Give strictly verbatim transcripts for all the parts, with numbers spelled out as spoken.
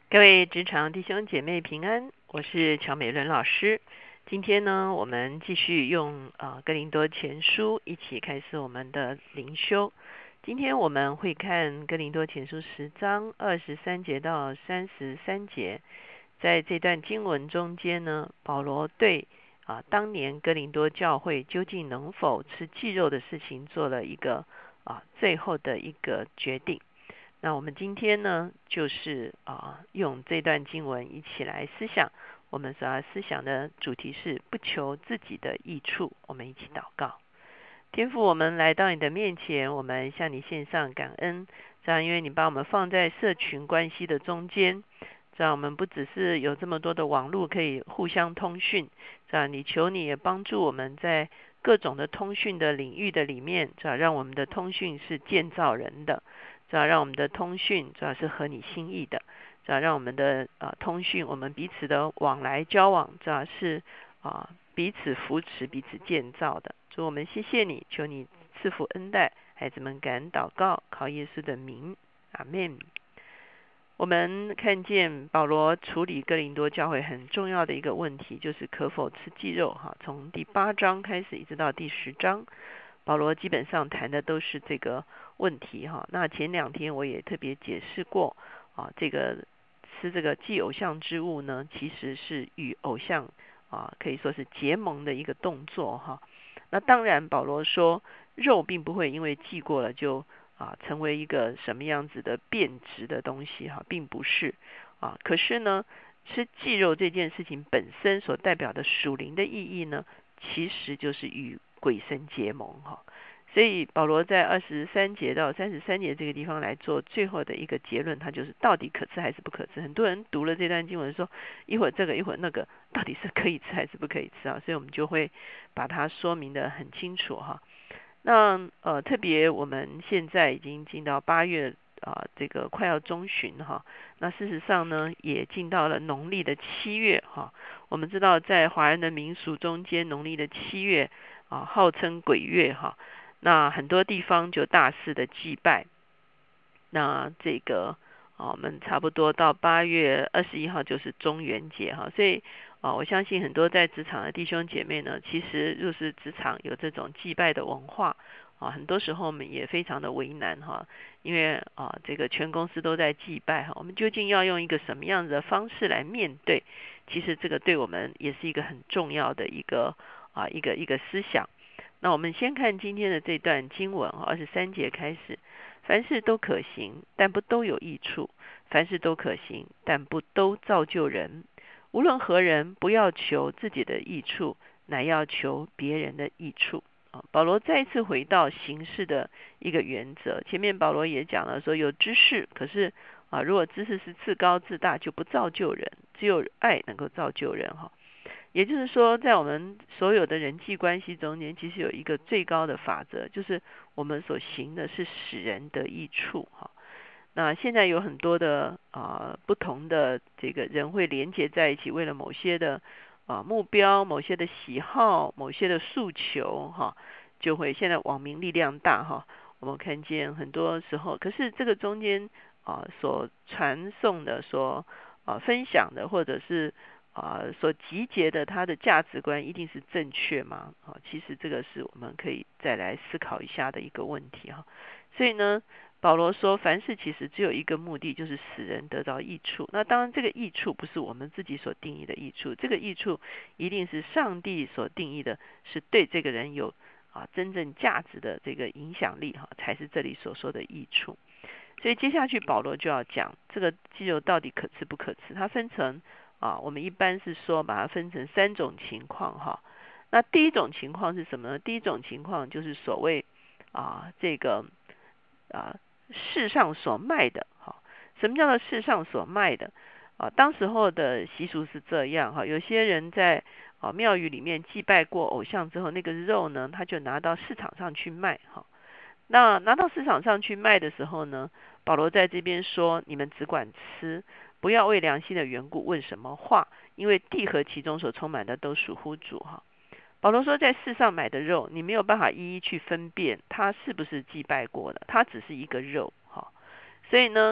各位职场弟兄姐妹平安，我是乔美伦老师。今天呢，我们继续用呃哥林多前书一起开始我们的灵修。今天我们会看哥林多前书十章二十三节到三十三节。在这段经文中间呢，保罗对啊当年哥林多教会究竟能否吃祭肉的事情做了一个啊最后的一个决定。那我们今天呢，就是啊、呃，用这段经文一起来思想。我们所要思想的主题是不求自己的益处。我们一起祷告。天父，我们来到你的面前，我们向你献上感恩，这样因为你把我们放在社群关系的中间，这样我们不只是有这么多的网络可以互相通讯，这样你求你也帮助我们在各种的通讯的领域的里面，这样让我们的通讯是建造人的。主要让我们的通讯主要是合你心意的，主要让我们的呃通讯，我们彼此的往来交往，主要是啊、呃、彼此扶持、彼此建造的。主，我们谢谢你，求你赐福恩待孩子们，感恩祷告，靠耶稣的名，阿们。我们看见保罗处理哥林多教会很重要的一个问题，就是可否吃鸡肉哈。从第八章开始一直到第十章，保罗基本上谈的都是这个问题哈。那前两天我也特别解释过啊，这个吃这个祭偶像之物呢，其实是与偶像啊可以说是结盟的一个动作哈。那当然保罗说肉并不会因为祭过了就啊成为一个什么样子的变质的东西哈，并不是啊。可是呢，吃祭肉这件事情本身所代表的属灵的意义呢，其实就是与鬼神结盟哈。所以保罗在二十三节到三十三节这个地方来做最后的一个结论，他就是到底可吃还是不可吃。很多人读了这段经文说，一会儿这个一会儿那个，到底是可以吃还是不可以吃啊？所以我们就会把它说明得很清楚哈。那呃，特别我们现在已经进到八月啊、呃，这个快要中旬哈。那事实上呢，也进到了农历的七月哈。我们知道，在华人的民俗中间，农历的七月啊，号称鬼月哈。那很多地方就大肆的祭拜。那这个啊，我们差不多到八月二十一号就是中元节哈，所以啊，我相信很多在职场的弟兄姐妹呢，其实入是职场有这种祭拜的文化啊，很多时候我们也非常的为难哈，因为啊，这个全公司都在祭拜哈，我们究竟要用一个什么样子的方式来面对？其实这个对我们也是一个很重要的一个啊一个一个思想。那我们先看今天的这段经文二十三节开始。凡事都可行，但不都有益处；凡事都可行，但不都造就人。无论何人，不要求自己的益处，乃要求别人的益处。啊，保罗再一次回到行事的一个原则。前面保罗也讲了说，有知识，可是啊，如果知识是自高自大，就不造就人；只有爱能够造就人哈。也就是说，在我们所有的人际关系中间，其实有一个最高的法则，就是我们所行的是使人得益处哈。那现在有很多的啊、呃、不同的这个人会连结在一起，为了某些的啊、呃、目标、某些的喜好、某些的诉求哈，就会现在网民力量大哈。我们看见很多时候，可是这个中间啊、呃、所传送的、所啊、呃、分享的，或者是啊、呃，所集结的他的价值观一定是正确吗？啊，其实这个是我们可以再来思考一下的一个问题哈。所以呢，保罗说，凡事其实只有一个目的，就是使人得到益处。那当然，这个益处不是我们自己所定义的益处，这个益处一定是上帝所定义的，是对这个人有啊真正价值的这个影响力哈，才是这里所说的益处。所以接下去保罗就要讲这个鸡肉到底可吃不可吃，它分成啊，我们一般是说把它分成三种情况哈。那第一种情况是什么呢？第一种情况就是所谓啊这个啊世上所卖的哈。什么叫做世上所卖的啊？当时候的习俗是这样哈，有些人在啊庙宇里面祭拜过偶像之后，那个肉呢，他就拿到市场上去卖哈。那拿到市场上去卖的时候呢，保罗在这边说，你们只管吃，不要为良心的缘故问什么话，因为地和其中所充满的都属乎主哈。保罗说，在世上买的肉，你没有办法一一去分辨它是不是祭拜过的，它只是一个肉哈。所以呢，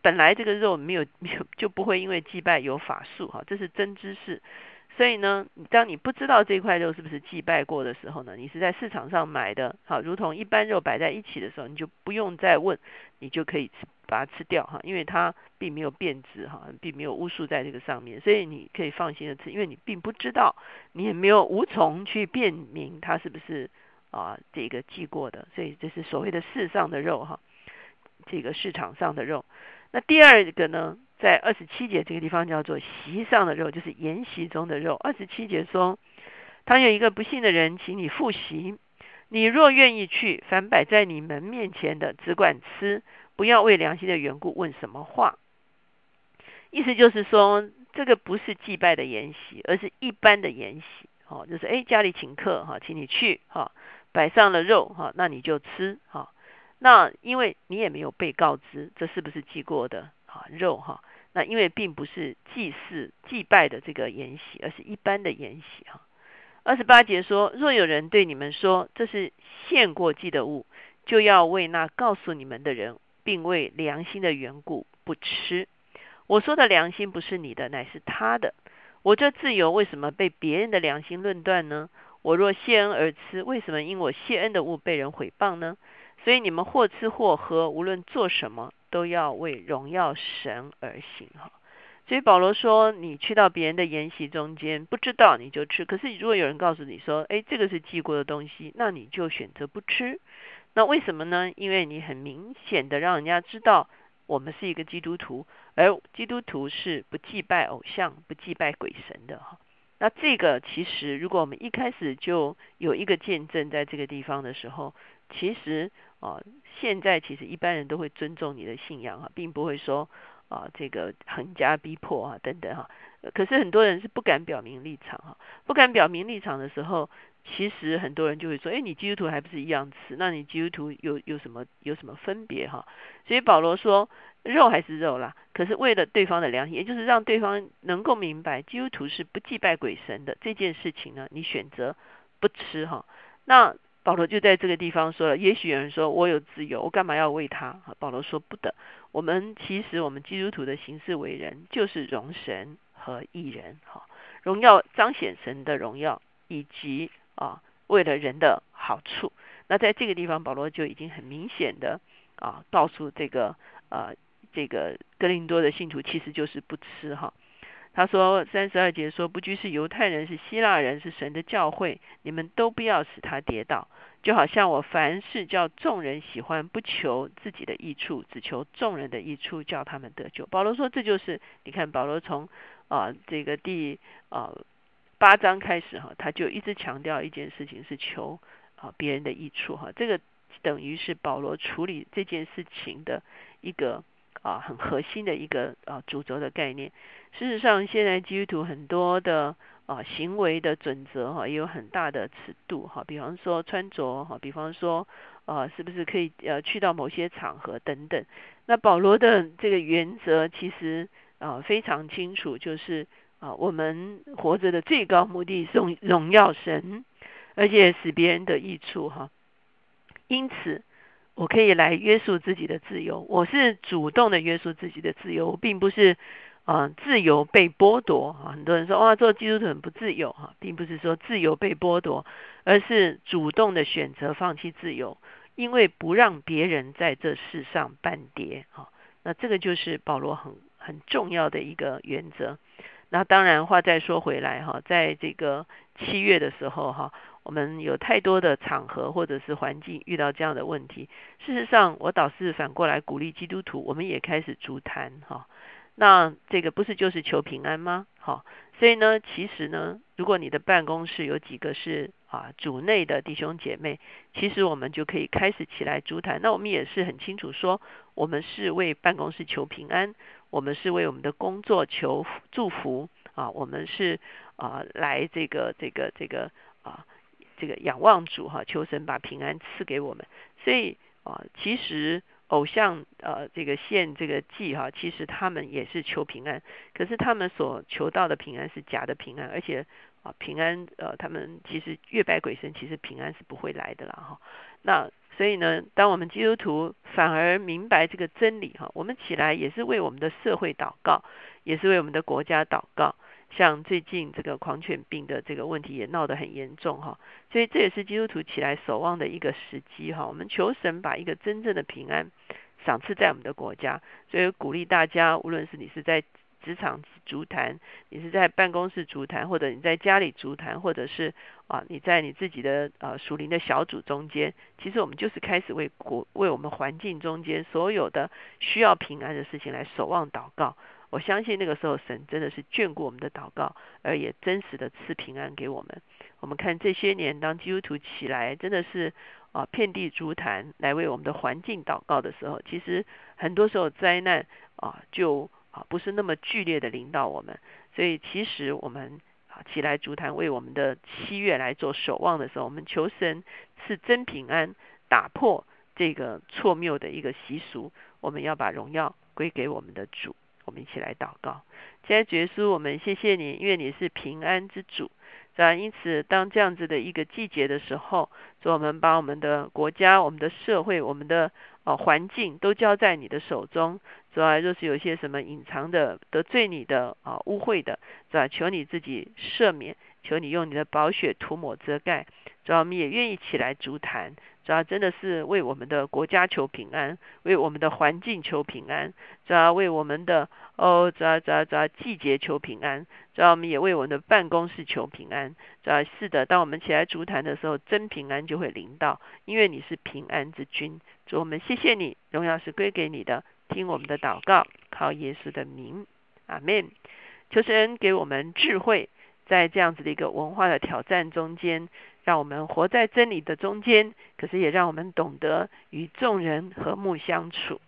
本来这个肉没有没有就不会因为祭拜有法术哈，这是真知识。所以呢，当你不知道这块肉是不是祭拜过的时候呢，你是在市场上买的，好，如同一般肉摆在一起的时候，你就不用再问，你就可以吃把它吃掉哈，因为它并没有变质哈，并没有巫术在这个上面，所以你可以放心的吃，因为你并不知道，你也没有无从去辨明它是不是啊这个祭过的，所以这是所谓的世上的肉哈，这个市场上的肉。那第二个呢，在二十七节这个地方叫做席上的肉，就是筵席中的肉。二十七节说，当有一个不信的人请你赴席，你若愿意去，凡摆在你门面前的，只管吃，不要为良心的缘故问什么话。意思就是说，这个不是祭拜的筵席，而是一般的筵席。哦，就是哎家里请客哈，请你去哈，摆上了肉哈，那你就吃哈。那因为你也没有被告知这是不是祭过的啊肉哈，那因为并不是祭祀祭拜的这个筵席，而是一般的筵席哈。二十八节说，若有人对你们说这是献过祭的物，就要为那告诉你们的人，并为良心的缘故不吃。我说的良心不是你的，乃是他的。我这自由为什么被别人的良心论断呢？我若谢恩而吃，为什么因我谢恩的物被人毁谤呢？所以你们或吃或喝，无论做什么，都要为荣耀神而行哈。所以保罗说，你去到别人的筵席中间，不知道你就吃。可是如果有人告诉你说，哎，这个是祭过的东西，那你就选择不吃。那为什么呢？因为你很明显的让人家知道，我们是一个基督徒，而基督徒是不祭拜偶像、不祭拜鬼神的哈。那这个其实，如果我们一开始就有一个见证在这个地方的时候，其实啊，现在其实一般人都会尊重你的信仰哈，并不会说啊这个横加逼迫啊等等哈。可是很多人是不敢表明立场哈，不敢表明立场的时候，其实很多人就会说，哎，你基督徒还不是一样吃？那你基督徒有有什么有什么分别哈？所以保罗说，肉还是肉啦，可是为了对方的良心，也就是让对方能够明白基督徒是不祭拜鬼神的这件事情呢，你选择不吃哈。那保罗就在这个地方说了，也许有人说我有自由，我干嘛要为他？保罗说不的，我们其实我们基督徒的行事为人就是荣神和义人哈，荣耀彰显神的荣耀，以及啊为了人的好处。那在这个地方保罗就已经很明显的啊告诉这个啊这个哥林多的信徒其实就是不吃哈。他说三十二节说，不拘是犹太人是希腊人是神的教会，你们都不要使他跌倒，就好像我凡事叫众人喜欢，不求自己的益处，只求众人的益处，叫他们得救。保罗说这就是你看保罗从啊这个第啊八章开始哈，他就一直强调一件事情是求啊别人的益处哈，这个等于是保罗处理这件事情的一个啊很核心的一个啊主轴的概念。事实上现在基督徒很多的啊行为的准则哈也有很大的尺度哈，比方说穿着哈，比方说啊是不是可以呃去到某些场合等等。那保罗的这个原则其实啊非常清楚，就是啊我们活着的最高目的是荣耀神，而且使别人得益处哈。因此我可以来约束自己的自由，我是主动的约束自己的自由，我并不是呃自由被剥夺啊。很多人说哇做基督徒很不自由哈，并不是说自由被剥夺，而是主动的选择放弃自由，因为不让别人在这世上絆跌哈。那这个就是保罗很很重要的一个原则。那当然话再说回来哈，在这个七月的时候哈，我们有太多的场合或者是环境遇到这样的问题。事实上我倒是反过来鼓励基督徒，我们也开始足坛哈。那这个不是就是求平安吗？好，所以呢其实呢，如果你的办公室有几个是啊主内的弟兄姐妹，其实我们就可以开始起来足坛。那我们也是很清楚说，我们是为办公室求平安，我们是为我们的工作求祝福啊，我们是啊来这个这个这个啊这个仰望主哈，求神把平安赐给我们。所以啊其实偶像呃这个献这个祭哈，其实他们也是求平安，可是他们所求到的平安是假的平安，而且啊平安呃他们其实越拜鬼神，其实平安是不会来的啦哈。那所以呢，当我们基督徒反而明白这个真理哈，我们起来也是为我们的社会祷告，也是为我们的国家祷告。像最近这个狂犬病的这个问题也闹得很严重哈，所以这也是基督徒起来守望的一个时机哈。我们求神把一个真正的平安赏赐在我们的国家，所以鼓励大家，无论是你是在职场足坛，你是在办公室足坛，或者你在家里足坛，或者是啊你在你自己的呃属灵的小组中间，其实我们就是开始为国为我们环境中间所有的需要平安的事情来守望祷告。我相信那个时候神真的是眷顾我们的祷告，而也真实的赐平安给我们。我们看这些年当基督徒起来真的是啊遍地足坛来为我们的环境祷告的时候，其实很多时候灾难啊就啊不是那么剧烈的临到我们。所以其实我们啊起来足坛为我们的七月来做守望的时候，我们求神赐真平安，打破这个错谬的一个习俗，我们要把荣耀归给我们的主。我们一起来祷告。现在主耶稣，我们谢谢你，因为你是平安之主。因此当这样子的一个季节的时候，主，我们把我们的国家、我们的社会、我们的呃环境都交在你的手中。主啊，若是有些什么隐藏的得罪你的啊、呃、污秽的，主啊，求你自己赦免，求你用你的宝血涂抹遮盖。主啊，我们也愿意起来足坛。主要真的是为我们的国家求平安，为我们的环境求平安，主要为我们的哦，主要主要主要季节求平安，主要我们也为我们的办公室求平安。主要是的，当我们起来足坛的时候，真平安就会临到，因为你是平安之君。主，我们谢谢你，荣耀是归给你的，听我们的祷告，靠耶稣的名，阿们。求神给我们智慧，在这样子的一个文化的挑战中间，让我们活在真理的中间，可是也让我们懂得与众人和睦相处。